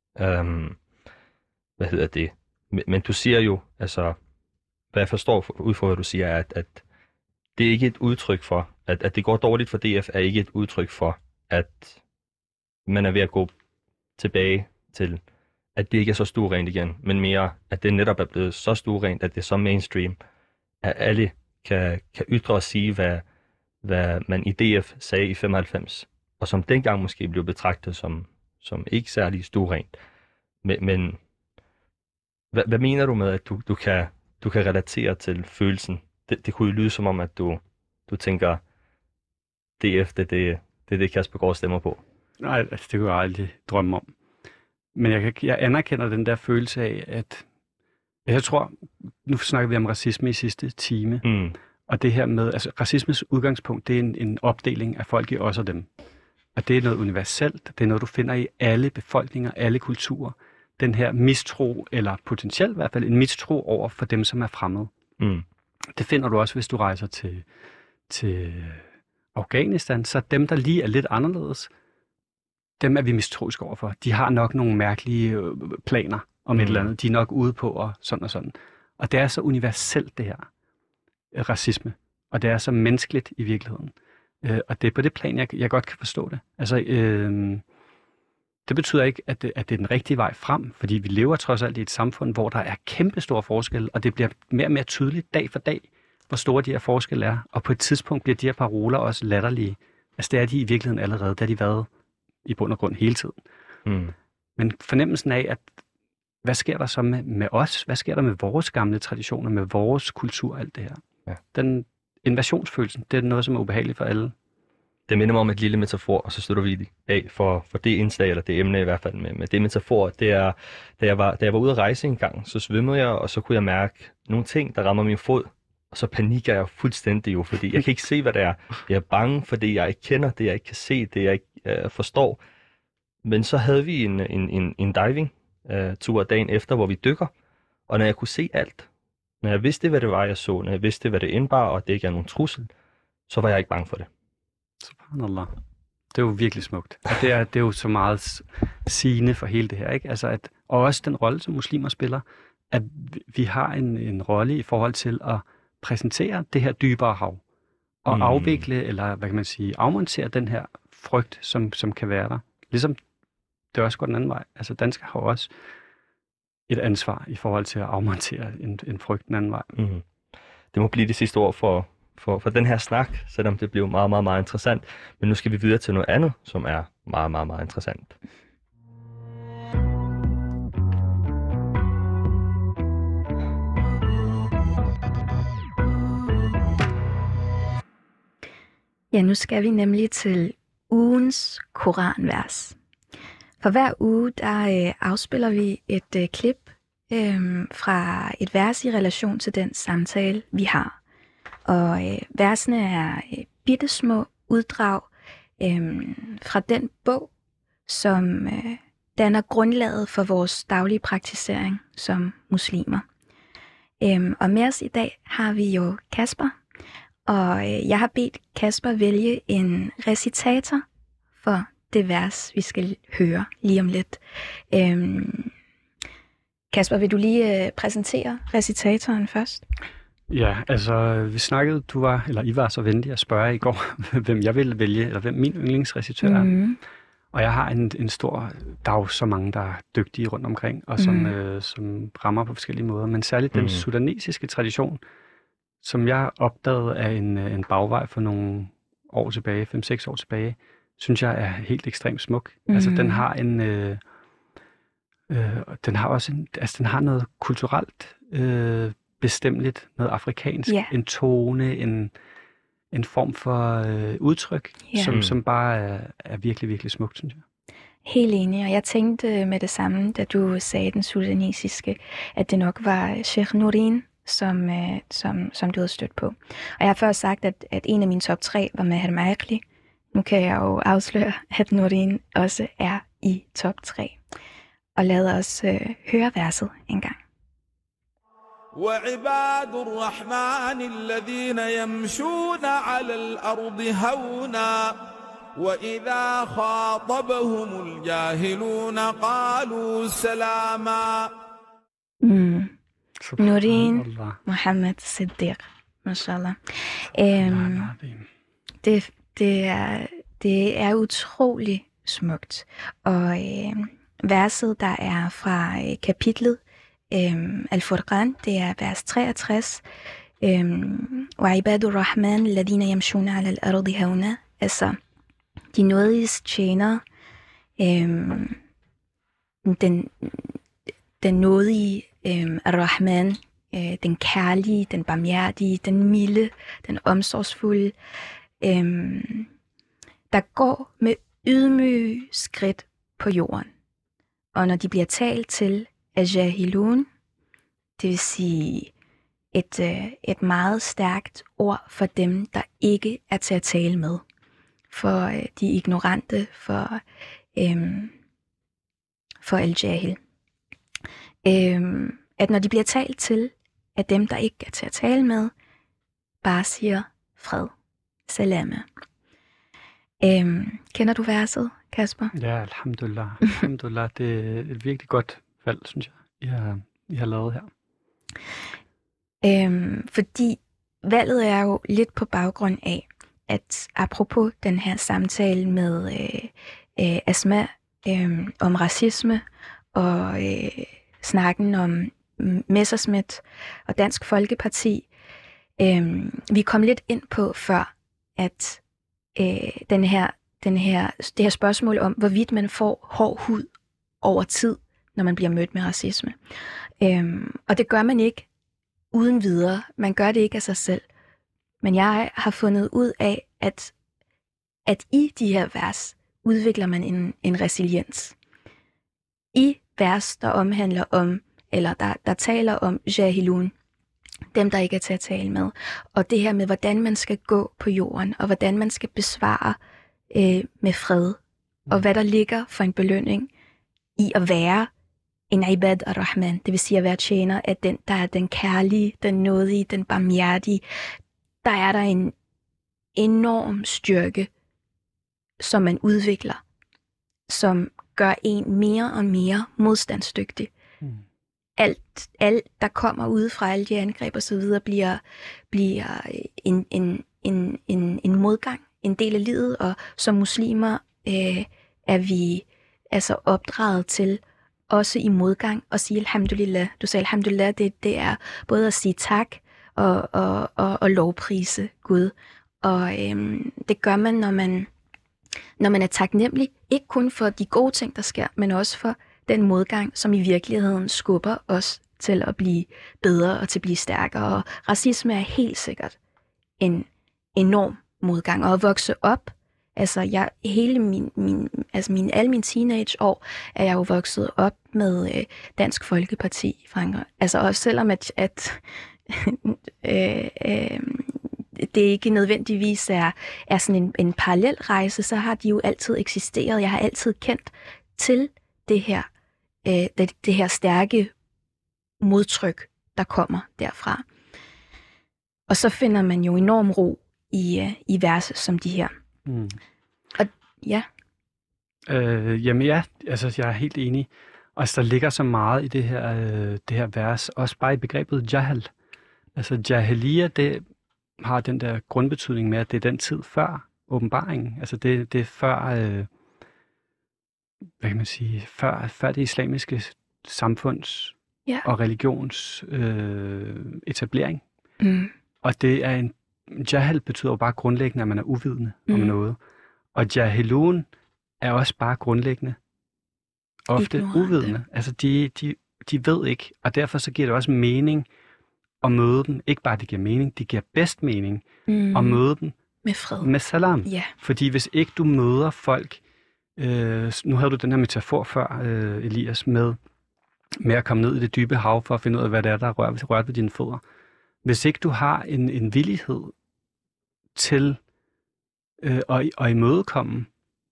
Men du siger jo, altså, hvad jeg forstår ud fra, hvad du siger, er, at det er ikke et udtryk for, at det går dårligt for DF, er ikke et udtryk for, at man er ved at gå tilbage til, at det ikke er så stuerent igen, men mere, at det netop er blevet så stuerent, at det er så mainstream, at alle kan ytre og sige, hvad man i DF sagde i 95, og som dengang måske blev betragtet som ikke særlig stuerent. Men hvad mener du med, at du kan relatere til følelsen? Det kunne jo lyde som om, at du tænker, DF, det er det, Kasper Gaard stemmer på. Nej, altså, det kunne jeg aldrig drømme om. Men jeg anerkender den der følelse af, at jeg tror, nu snakker vi om racisme i sidste time, og det her med, altså racismes udgangspunkt, det er en opdeling af folk i os og dem. Og det er noget universelt, det er noget, du finder i alle befolkninger, alle kulturer. Den her mistro, eller potentielt i hvert fald en mistro over for dem, som er fremmede. Det finder du også, hvis du rejser til Afghanistan. Så dem, der lige er lidt anderledes, dem er vi mistroiske overfor. De har nok nogle mærkelige planer om et eller andet. De er nok ude på og sådan og sådan. Og det er så universelt, det her racisme. Og det er så menneskeligt i virkeligheden. Og det er på det plan, jeg godt kan forstå det. Altså, det betyder ikke, at det er den rigtige vej frem, fordi vi lever trods alt i et samfund, hvor der er kæmpe store forskelle, og det bliver mere og mere tydeligt dag for dag, hvor store de her forskelle er. Og på et tidspunkt bliver de her paroler også latterlige. Altså, det er de i virkeligheden allerede. Det har de været i bund og grund hele tiden. Men fornemmelsen af, at hvad sker der så med os? Hvad sker der med vores gamle traditioner, med vores kultur, alt det her? Ja. Den invasionsfølelsen, det er noget, som er ubehageligt for alle. Det minder mig om et lille metafor, og så slutter vi af for det indslag, eller det emne i hvert fald med det metafor. Det er, da jeg var ude at rejse en gang, så svømmede jeg, og så kunne jeg mærke nogle ting, der rammer min fod. Og så panikker jeg fuldstændig jo, fordi jeg kan ikke se, hvad det er. Jeg er bange for det, jeg ikke kender, det jeg ikke kan se, det jeg ikke forstår. Men så havde vi en diving-tur dagen efter, hvor vi dykker. Og når jeg kunne se alt, når jeg vidste, hvad det var, jeg så, når jeg vidste, hvad det indebar, og det ikke er nogen trussel, så var jeg ikke bange for det. Subhanallah. Det er jo virkelig smukt. Og det er jo så meget sigende for hele det her, ikke? Altså og også den rolle, som muslimer spiller, at vi har en rolle i forhold til at præsentere det her dybere hav, og afvikle, eller hvad kan man sige, afmontere den her frygt, som kan være der. Ligesom det også går den anden vej. Altså danskere har også et ansvar i forhold til at afmontere en frygt den anden vej. Det må blive det sidste ord for den her snak, selvom det blev meget, meget, meget interessant. Men nu skal vi videre til noget andet, som er meget, meget, meget interessant. Ja, nu skal vi nemlig til ugens koranvers. For hver uge, der afspiller vi et klip fra et vers i relation til den samtale, vi har. Og versene er bittesmå uddrag fra den bog, som danner grundlaget for vores daglige praktisering som muslimer. Og med os i dag har vi jo Kasper, og jeg har bedt Kasper vælge en recitator for det vers, vi skal høre lige om lidt. Kasper, vil du lige præsentere recitatoren først? Ja, altså vi snakkede, I var så venlig at spørge i går, hvem jeg ville vælge, eller hvem min yndlingsreciteur er. Og jeg har der er jo så mange, der er dygtige rundt omkring, og som rammer på forskellige måder, men særligt den sudanesiske tradition, som jeg opdagede af en bagvej for nogle år tilbage, 5-6 år tilbage, synes jeg er helt ekstremt smuk. Altså den har den har noget kulturelt bestemmeligt, noget afrikansk, en tone, en form for udtryk, som bare er virkelig, virkelig smukt, synes jeg. Helt enig, og jeg tænkte med det samme, da du sagde den sudanesiske, at det nok var Sheikh Nurin, som du havde stødt på. Og jeg har først sagt, at en af mine top 3 var Maher Maikli. Nu kan jeg jo afsløre, at Nurin også er i top 3. Og lad os høre verset en gang. وعباد الرحمن الذين يمشون على الأرض هونا وإذا خاطبهم الجاهلون قالوا سلاما. Nurin Mohammed Siddiq, mashallah. Det er utrolig smukt. Og verset, der er fra kapitlet Al-Furqan, det er vers 63. وَعِبَادُ الرَّحْمَنِ الَّذِينَ يَمْشُونَ عَلَى الْأَرْضِ هَوْنًا. Altså, de nådiges tjenere, den nådige Ar-Rahman, den kærlige, den barmhjertige, den milde, den omsorgsfulde, der går med ydmyge skridt på jorden. Og når de bliver talt til af jahilun, det vil sige et meget stærkt ord for dem, der ikke er til at tale med, for de ignorante, for al-jahil. At når de bliver talt til af dem, der ikke er til at tale med, bare siger fred. Salame. Kender du verset, Kasper? Ja, alhamdulillah. Alhamdulillah. Det er et virkelig godt valg, synes jeg, I har lavet her. Fordi valget er jo lidt på baggrund af, at apropos den her samtale med Asma om racisme og snakken om Messerschmidt og Dansk Folkeparti, vi kom lidt ind på før, at det her spørgsmål om, hvorvidt man får hård hud over tid, når man bliver mødt med racisme. Og det gør man ikke uden videre. Man gør det ikke af sig selv. Men jeg har fundet ud af, at i de her vers udvikler man en resiliens. I vers, der omhandler om, eller der taler om jahilun, dem der ikke er til at tale med, og det her med, hvordan man skal gå på jorden, og hvordan man skal besvare med fred, og hvad der ligger for en belønning i at være en ibad ar-Rahman, det vil sige at være tjener af den, der er den kærlige, den nådige, den barmhjertige. Der er der en enorm styrke, som man udvikler, som gør en mere og mere modstandsdygtig. Alt der kommer ud fra alle de angreb og så videre, bliver en modgang, en del af livet, og som muslimer er vi altså opdraget til også i modgang at sige alhamdulillah. Du sagde alhamdulillah, det er både at sige tak og lovprise Gud. Og det gør man, når man er taknemmelig, ikke kun for de gode ting, der sker, men også for den modgang, som i virkeligheden skubber os til at blive bedre og til at blive stærkere. Og racisme er helt sikkert en enorm modgang. Og at vokse op, altså alle mine teenageår, er jeg jo vokset op med Dansk Folkeparti i Frankrig. Altså også selvom at det ikke nødvendigvis er sådan en parallel rejse, så har de jo altid eksisteret. Jeg har altid kendt til det her stærke modtryk, der kommer derfra. Og så finder man jo enorm ro i verse som de her. Og ja. Jamen ja, altså jeg er helt enig. Og der ligger så meget i det her vers, også bare i begrebet jahal. Altså jahiliya, det har den der grundbetydning med, at det er den tid før åbenbaringen. Altså det er før, hvad kan man sige, før det islamiske samfunds og religions etablering. Og det er jahal betyder jo bare grundlæggende, at man er uvidende om noget. Og jahilun er også bare grundlæggende ofte uvidende. Altså de ved ikke, og derfor så giver det også mening at møde dem. Ikke bare det giver mening, det giver bedst mening at møde dem med fred. Med salam. Yeah. Fordi hvis ikke du møder folk, nu havde du den her metafor før, Elias, med at komme ned i det dybe hav for at finde ud af, hvad det er, der er rørt ved dine fødder. Hvis ikke du har en villighed til at imødekomme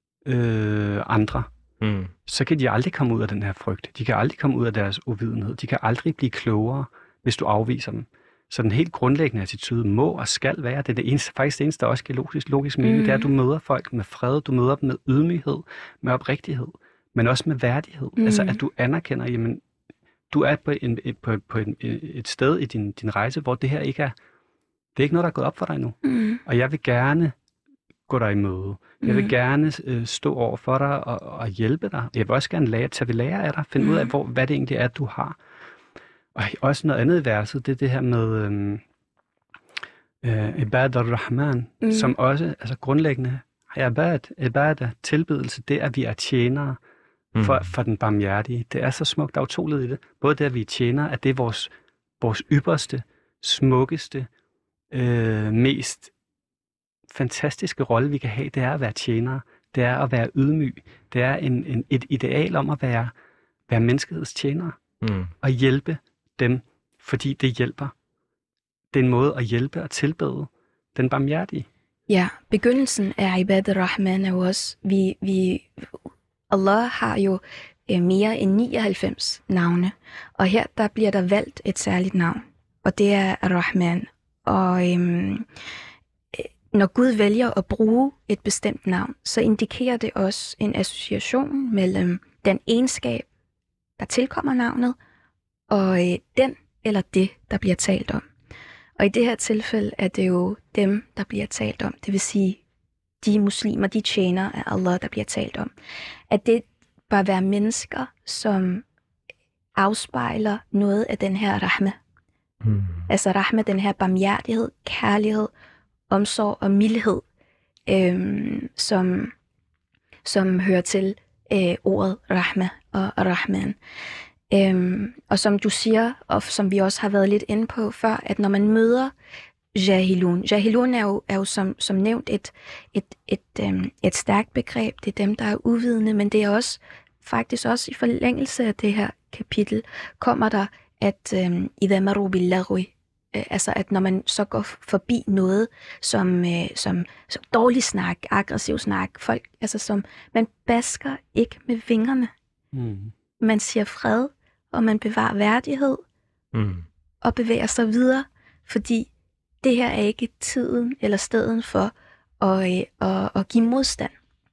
andre, så kan de aldrig komme ud af den her frygt. De kan aldrig komme ud af deres uvidenhed. De kan aldrig blive klogere, hvis du afviser dem. Så den helt grundlæggende attitude må og skal være, det er det eneste, faktisk det eneste, der også giver logisk mening, det er, at du møder folk med fred, du møder dem med ydmyghed, med oprigtighed, men også med værdighed. Altså at du anerkender, jamen, du er på et sted i din rejse, hvor det her ikke er, det er ikke noget, der er gået op for dig nu. Og jeg vil gerne gå dig i møde. Jeg vil gerne stå over for dig og hjælpe dig. Jeg vil også gerne tage ved lære af dig, finde ud af, hvad det egentlig er, du har. Og også noget andet i verset, det er det her med ibad ar-Rahman, som også, altså grundlæggende, ibad, tilbedelse, det er, at vi er tjenere for den barmhjertige. Det er så smukt, der er to led i det. Både det, at vi er tjenere, at det er vores ypperste, smukkeste, mest fantastiske rolle, vi kan have, det er at være tjenere. Det er at være ydmyg. Det er et ideal om at være menneskeheds tjenere. Og hjælpe dem, fordi det hjælper. Det er en måde at hjælpe og tilbede den barmhjertige. Ja, begyndelsen af Ibad ar-Rahman er jo også, Allah har jo mere end 99 navne, og her der bliver der valgt et særligt navn, og det er ar-Rahman. Og når Gud vælger at bruge et bestemt navn, så indikerer det også en association mellem den egenskab, der tilkommer navnet, og den eller det, der bliver talt om. Og i det her tilfælde er det jo dem, der bliver talt om. Det vil sige, de muslimer, de tjener af Allah, der bliver talt om. At det bør være mennesker, som afspejler noget af den her rahme. Altså rahme, den her barmhjertighed, kærlighed, omsorg og mildhed, som hører til ordet rahme og rahman. Og som du siger, og som vi også har været lidt inde på før, at når man møder jahilun er jo som nævnt et stærkt begreb. Det er dem, der er uvidende, men det er også faktisk også i forlængelse af det her kapitel, kommer der, at idha maru bil lagwi, altså at når man så går forbi noget som dårlig snak, aggressiv snak, folk, altså som man basker ikke med vingerne. Man siger fred, og man bevarer værdighed, og bevæger sig videre, fordi det her er ikke tiden eller stedet for at give modstand.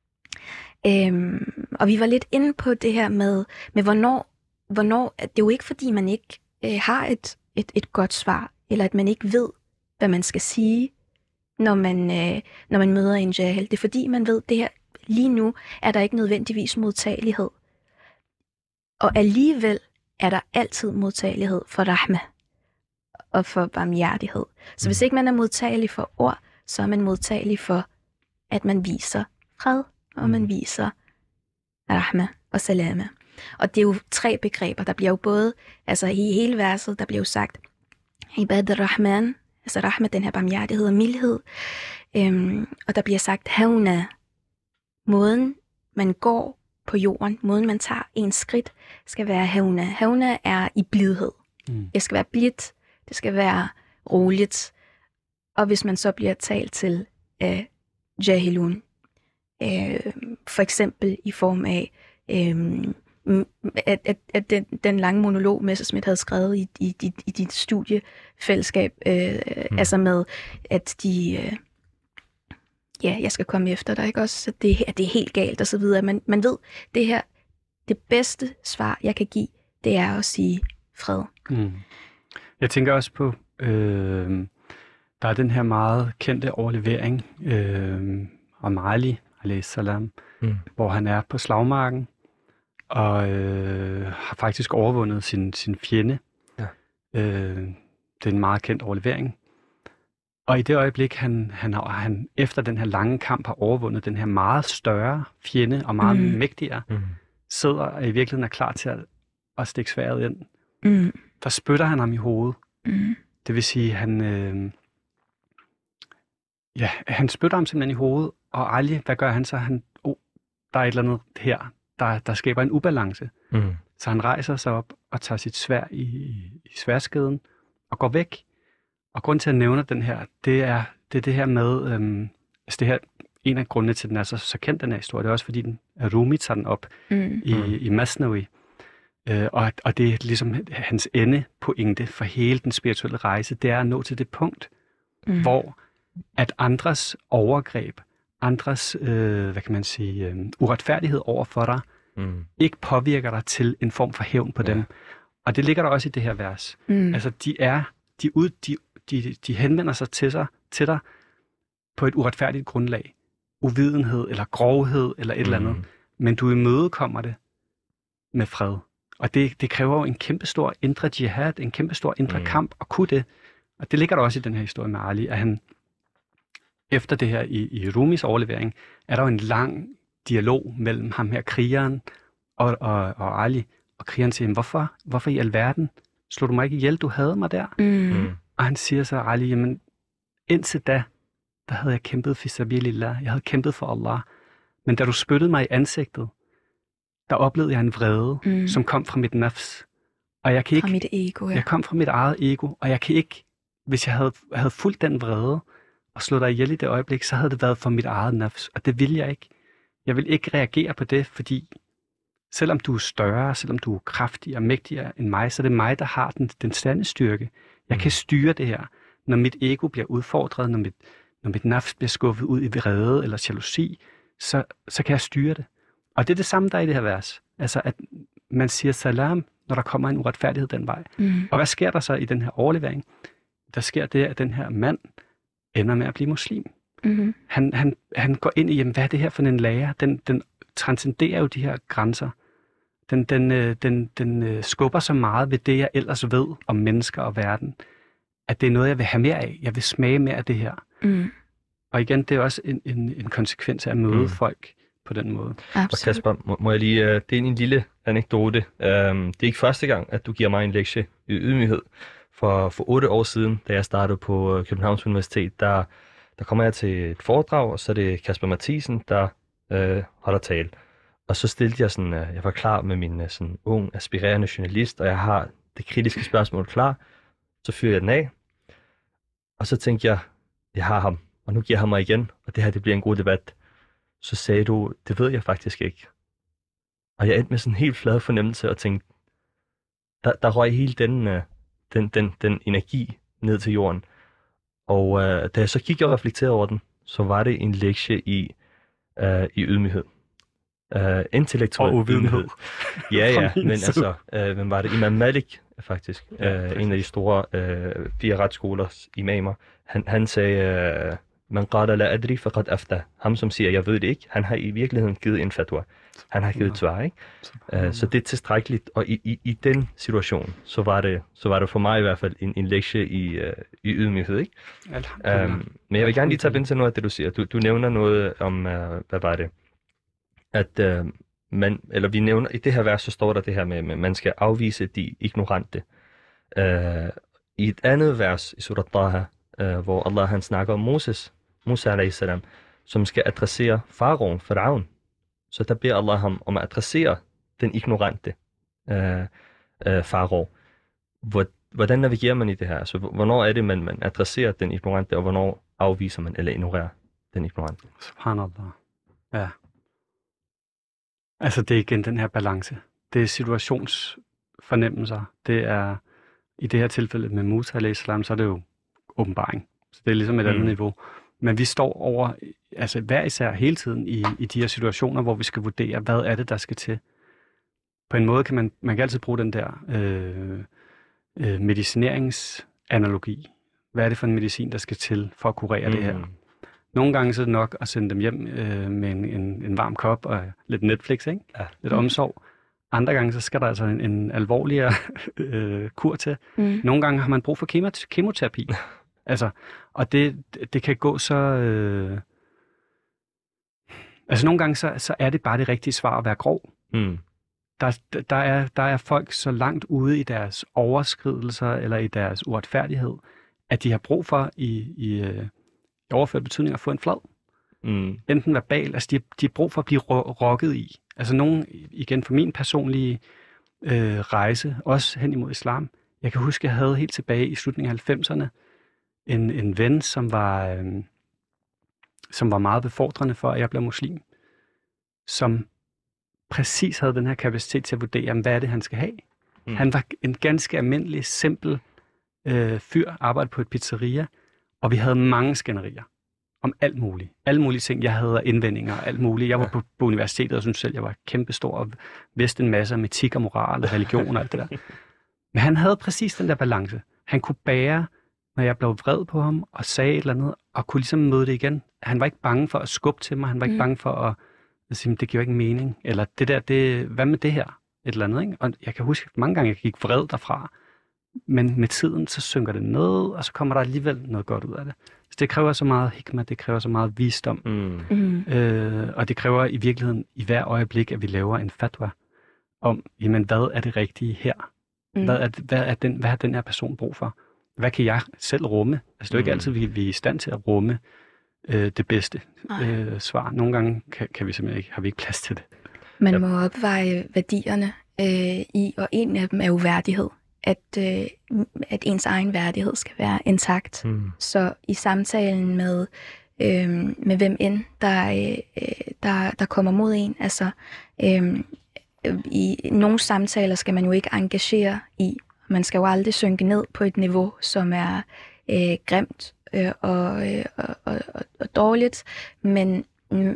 Og vi var lidt inde på det her med hvornår det er jo ikke fordi man ikke har et godt svar, eller at man ikke ved, hvad man skal sige, når man møder en jahil. Det er fordi man ved, det her lige nu er der ikke nødvendigvis modtagelighed. Og alligevel er der altid modtagelighed for rahme og for barmhjertighed. Så hvis ikke man er modtagelig for ord, så er man modtagelig for, at man viser fred, og man viser rahme og salame. Og det er jo 3 begreber, der bliver jo både, altså i hele verset, der bliver jo sagt, ibad rahman, altså rahme, den her barmhjertighed og mildhed, og der bliver sagt havna, måden man går på jorden, måden man tager en skridt, skal være havna. Havna er i blidhed. Det skal være blidt, det skal være roligt. Og hvis man så bliver talt til jahilun, for eksempel i form af, at den lange monolog, Messerschmidt havde skrevet i dit studiefællesskab, altså med, at de... jeg skal komme efter dig, ikke også? At det er helt galt, og så videre. Man ved, det her, det bedste svar, jeg kan give, det er at sige fred. Jeg tænker også på, der er den her meget kendte overlevering om Ali, alayhis salam, hvor han er på slagmarken, og har faktisk overvundet sin fjende. Ja. Det er en meget kendt overlevering. Og i det øjeblik, han efter den her lange kamp har overvundet den her meget større fjende og meget mægtigere, sidder og i virkeligheden er klar til at stikke sværdet ind. Der spytter han ham i hovedet. Det vil sige, han spytter ham simpelthen i hovedet, og Ali, hvad gør han så? Der er et eller andet her, der skaber en ubalance. Så han rejser sig op og tager sit sværd i sværdskeden og går væk. Og grunden til at nævne den her, det er det her med, altså det her, en af grundene til, at den er så kendt, den her historie, det er også fordi Rumi tager den op i Masnavi. Og det er ligesom hans endepointe for hele den spirituelle rejse, det er at nå til det punkt, hvor at andres overgreb, andres, uretfærdighed over for dig, ikke påvirker dig til en form for hævn på dem. Og det ligger der også i det her vers. Altså, de henvender sig til dig på et uretfærdigt grundlag. Uvidenhed, eller grovhed, eller et eller andet. Men du imødekommer det med fred. Og det kræver jo en kæmpestor indre jihad, en kæmpestor indre kamp at kunne det. Og det ligger der også i den her historie med Ali, at han efter det her i Rumis overlevering, er der jo en lang dialog mellem ham her, krigeren, og Ali. Og krigeren siger, hvorfor i alverden slog du mig ikke ihjel? Du havde mig der. Og han siger så, Ali, jamen indtil da, der havde jeg kæmpet fi sabilillah. Jeg havde kæmpet for Allah. Men da du spyttede mig i ansigtet, der oplevede jeg en vrede, som kom fra mit nafs. Og jeg kan ikke... Fra mit ego, ja. Jeg kom fra mit eget ego, og jeg kan ikke... Hvis jeg havde fulgt den vrede, og slået dig ihjel i det øjeblik, så havde det været for mit eget nafs. Og det vil jeg ikke. Jeg vil ikke reagere på det, fordi selvom du er større, selvom du er kraftigere og mægtigere end mig, så er det mig, der har den sande styrke. Jeg kan styre det her. Når mit ego bliver udfordret, når mit nafs bliver skuffet ud i vrede eller jalousi, så kan jeg styre det. Og det er det samme, der er i det her vers. Altså, at man siger salam, når der kommer en uretfærdighed den vej. Og hvad sker der så i den her overlevering? Der sker det, at den her mand ender med at blive muslim. Han går ind i, jamen, hvad er det her for en lære? Den transcenderer jo de her grænser. Den skubber så meget ved det, jeg ellers ved om mennesker og verden, at det er noget, jeg vil have mere af. Jeg vil smage mere af det her. Og igen, det er også en konsekvens af at møde folk på den måde. Absolut. Og Kasper, må jeg lige dele en lille anekdote. Det er ikke første gang, at du giver mig en lektie i ydmyghed. For 8 år siden, da jeg startede på Københavns Universitet, der kommer jeg til et foredrag, og så er det Kasper Mathisen, der holder tale. Og så stillede jeg sådan, jeg var klar med min sådan ung, aspirerende journalist, og jeg har det kritiske spørgsmål klar. Så fyrer jeg den af, og så tænkte jeg har ham, og nu giver jeg mig igen, og det her, det bliver en god debat. Så sagde du, det ved jeg faktisk ikke. Og jeg endte med sådan en helt flad fornemmelse, og tænkte, der røg hele den energi ned til jorden. Og da jeg så gik og reflekterede over den, så var det en lektie i ydmyghed. Intellektuel ydmyghed. Ja, men altså, hvem var det? Imam Malik, faktisk. En af de store 4 retsskolers imamer. Han sagde, man qala la adri faqad afta. Ham, som siger, jeg ved det ikke, han har i virkeligheden givet en fatwa. Han har givet et svar, ikke? Så det er tilstrækkeligt, og i den situation, så var det for mig i hvert fald en lektie i ydmyghed, ikke? Men jeg vil gerne lige tage ind til noget af det, du siger. Du nævner noget om, hvad var det? At vi nævner, i det her vers, så står der det her med, at man skal afvise de ignorante. I et andet vers i surat Taha, hvor Allah han snakker om Musa a.s., som skal adressere faraoen, Faraon. Så der beder Allah ham om at adressere den ignorante farao. Hvordan navigerer man i det her? Altså, hvornår er det, man adresserer den ignorante, og hvornår afviser man eller ignorerer den ignorante? Subhanallah. Ja. Altså, det er igen den her balance. Det er situationsfornemmelser. Det er, i det her tilfælde med Musa a.s., så er det jo åbenbaring. Så det er ligesom et andet niveau. Men vi står over, altså hver især hele tiden i de her situationer, hvor vi skal vurdere, hvad er det, der skal til. På en måde kan man kan altid bruge den der medicineringsanalogi. Hvad er det for en medicin, der skal til for at kurere det her? Nogle gange så er det nok at sende dem hjem med en varm kop og lidt Netflix, ikke? Ja. Lidt omsorg. Andre gange så skal der altså en alvorligere kur til. Nogle gange har man brug for kemoterapi. Altså, og det kan gå så... Altså nogle gange så er det bare det rigtige svar at være grov. Der er folk så langt ude i deres overskridelser eller i deres uretfærdighed, at de har brug for i overført betydning at få en flad. Enten verbal, altså de har brug for at blive rokket i. Altså nogen, igen for min personlige rejse, også hen imod islam. Jeg kan huske, jeg havde helt tilbage i slutningen af 90'erne en ven, som var meget befordrende for, at jeg blev muslim, som præcis havde den her kapacitet til at vurdere, hvad er det, han skal have. Han var en ganske almindelig, simpel fyr, arbejdede på et pizzeria, og vi havde mange skænderier om alt muligt. Alle mulige ting. Jeg havde indvendinger og alt muligt. Jeg var på universitetet og syntes selv, jeg var kæmpestor og vidste en masse om etik og moral og religion og alt det der. Men han havde præcis den der balance. Han kunne bære, når jeg blev vred på ham og sagde et eller andet, og kunne ligesom møde det igen. Han var ikke bange for at skubbe til mig. Han var ikke bange for at sige, det giver ikke mening. Eller hvad med det her? Et eller andet, ikke? Og jeg kan huske, at mange gange jeg gik vred derfra. Men med tiden, så synker det ned, og så kommer der alligevel noget godt ud af det. Så det kræver så meget hikma, det kræver så meget visdom. Og det kræver i virkeligheden i hver øjeblik, at vi laver en fatwa om, jamen, hvad er det rigtige her? Hvad har den her person brug for? Hvad kan jeg selv rumme? Altså det er jo ikke altid, vi er i stand til at rumme det bedste svar. Nogle gange kan vi simpelthen ikke, har vi ikke plads til det. Man må opveje værdierne i, og en af dem er jo værdighed. At ens egen værdighed skal være intakt. Så i samtalen med hvem end, der kommer mod en, altså i nogle samtaler skal man jo ikke engagere i. Man skal jo aldrig synke ned på et niveau, som er grimt og dårligt, men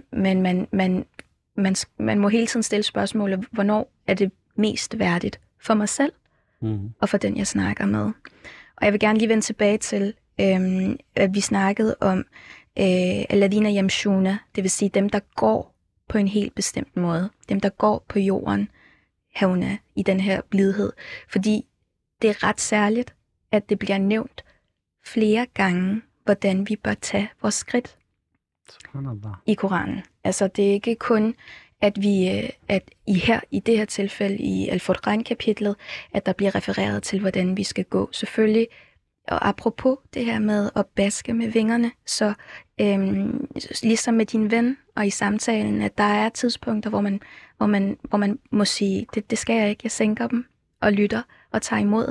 man må hele tiden stille spørgsmålet, hvornår er det mest værdigt for mig selv og for den, jeg snakker med. Og jeg vil gerne lige vende tilbage til, at vi snakkede om alladhina yamshuna, det vil sige dem, der går på en helt bestemt måde. Dem, der går på jorden havna i den her blidhed. Fordi det er ret særligt, at det bliver nævnt flere gange, hvordan vi bør tage vores skridt i Koranen. Altså det er ikke kun, at i det her tilfælde i Al-Furqan-kapitlet, at der bliver refereret til, hvordan vi skal gå. Selvfølgelig, og apropos det her med at baske med vingerne, så ligesom med din ven og i samtalen, at der er tidspunkter, hvor man må sige, det skal jeg ikke, jeg sænker dem og lytter og tager imod.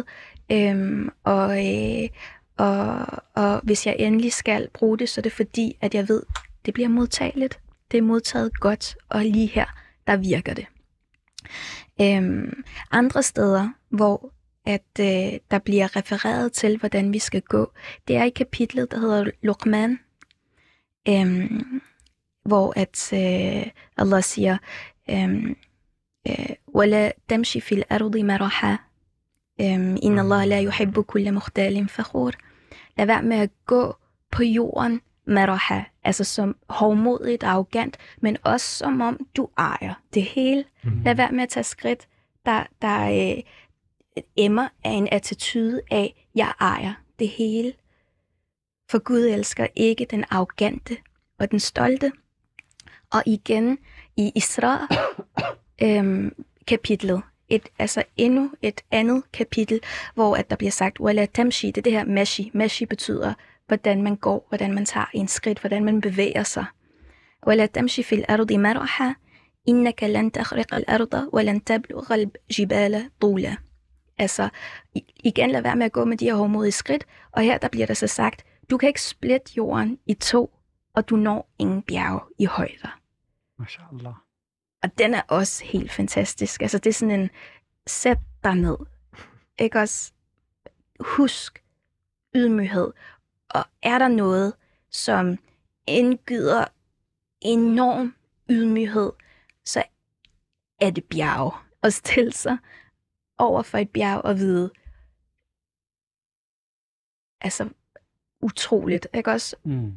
Og hvis jeg endelig skal bruge det, så er det fordi, at jeg ved, det bliver modtageligt. Det er modtaget godt, og lige her, der virker det. Andre steder, hvor at der bliver refereret til, hvordan vi skal gå, det er i kapitlet, der hedder Luqman, hvor at Allah siger, وَلَا تَمْشِ فِي الْأَرْضِ مَرَحًا إِنَّ اللَّهَ لَا يُحِبُّ كُلَّ مُخْتَالٍ فَخُورٍ. Lad være med at gå på jorden maraha, altså som hovmodigt og arrogant, men også som om du ejer det hele. Lad være med at tage skridt, der emmer af en attitude af, jeg ejer det hele. For Gud elsker ikke den arrogante og den stolte. Og igen i Isra kapitlet, endnu et andet kapitel, hvor at der bliver sagt, wala tamshi, det er det her mashi. Mashi betyder, hvordan man går, hvordan man tager en skridt, hvordan man bevæger sig. Wala tamshi fil ardi maraha, innaka lan takhriqa al-arda, wa lan tablugha al-jibala tula. Altså, igen lad være med at gå med de her hovmodige skridt, og her der bliver der så sagt, du kan ikke splitte jorden i to, og du når ingen bjerge i højder. Mashallah. Og den er også helt fantastisk. Altså det er sådan en, sæt dig ned. Ikke også? Husk ydmyghed. Og er der noget, som indgyder enorm ydmyghed, så er det bjerge. Og stille sig over for et bjerg og vide, altså utroligt, ikke også?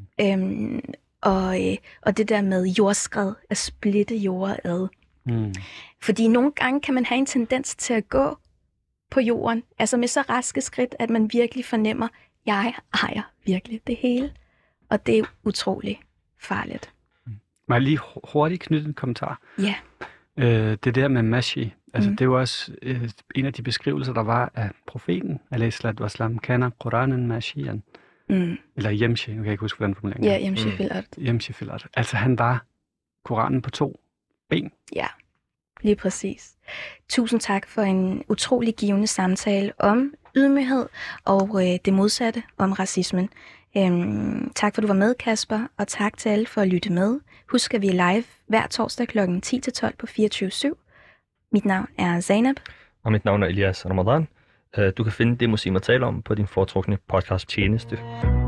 Og det der med jordskred, at splitte jorder ad. Fordi nogle gange kan man have en tendens til at gå på jorden, altså med så raske skridt, at man virkelig fornemmer, jeg ejer virkelig det hele. Og det er utroligt farligt. Må jeg lige hurtigt knytte en kommentar? Ja. Det der med mashi, altså det er jo også en af de beskrivelser, der var af profeten, alayhi salatu wassalam, kana Quranen mashiyan. Eller Yemshi, jeg kan ikke huske, hvordan formuleringen er. Ja, Yemshi fil ard. Yemshi fil ard. Altså han var Koranen på 2 ben. Ja, lige præcis. Tusind tak for en utrolig givende samtale om ydmyghed og det modsatte om racismen. Tak for, du var med, Kasper, og tak til alle for at lytte med. Husk, at vi er live hver torsdag kl. 10-12 på 24/7. Mit navn er Zainab. Og mit navn er Elias Ramadan. Du kan finde det, muslimer taler om, på din foretrukne podcast tjeneste.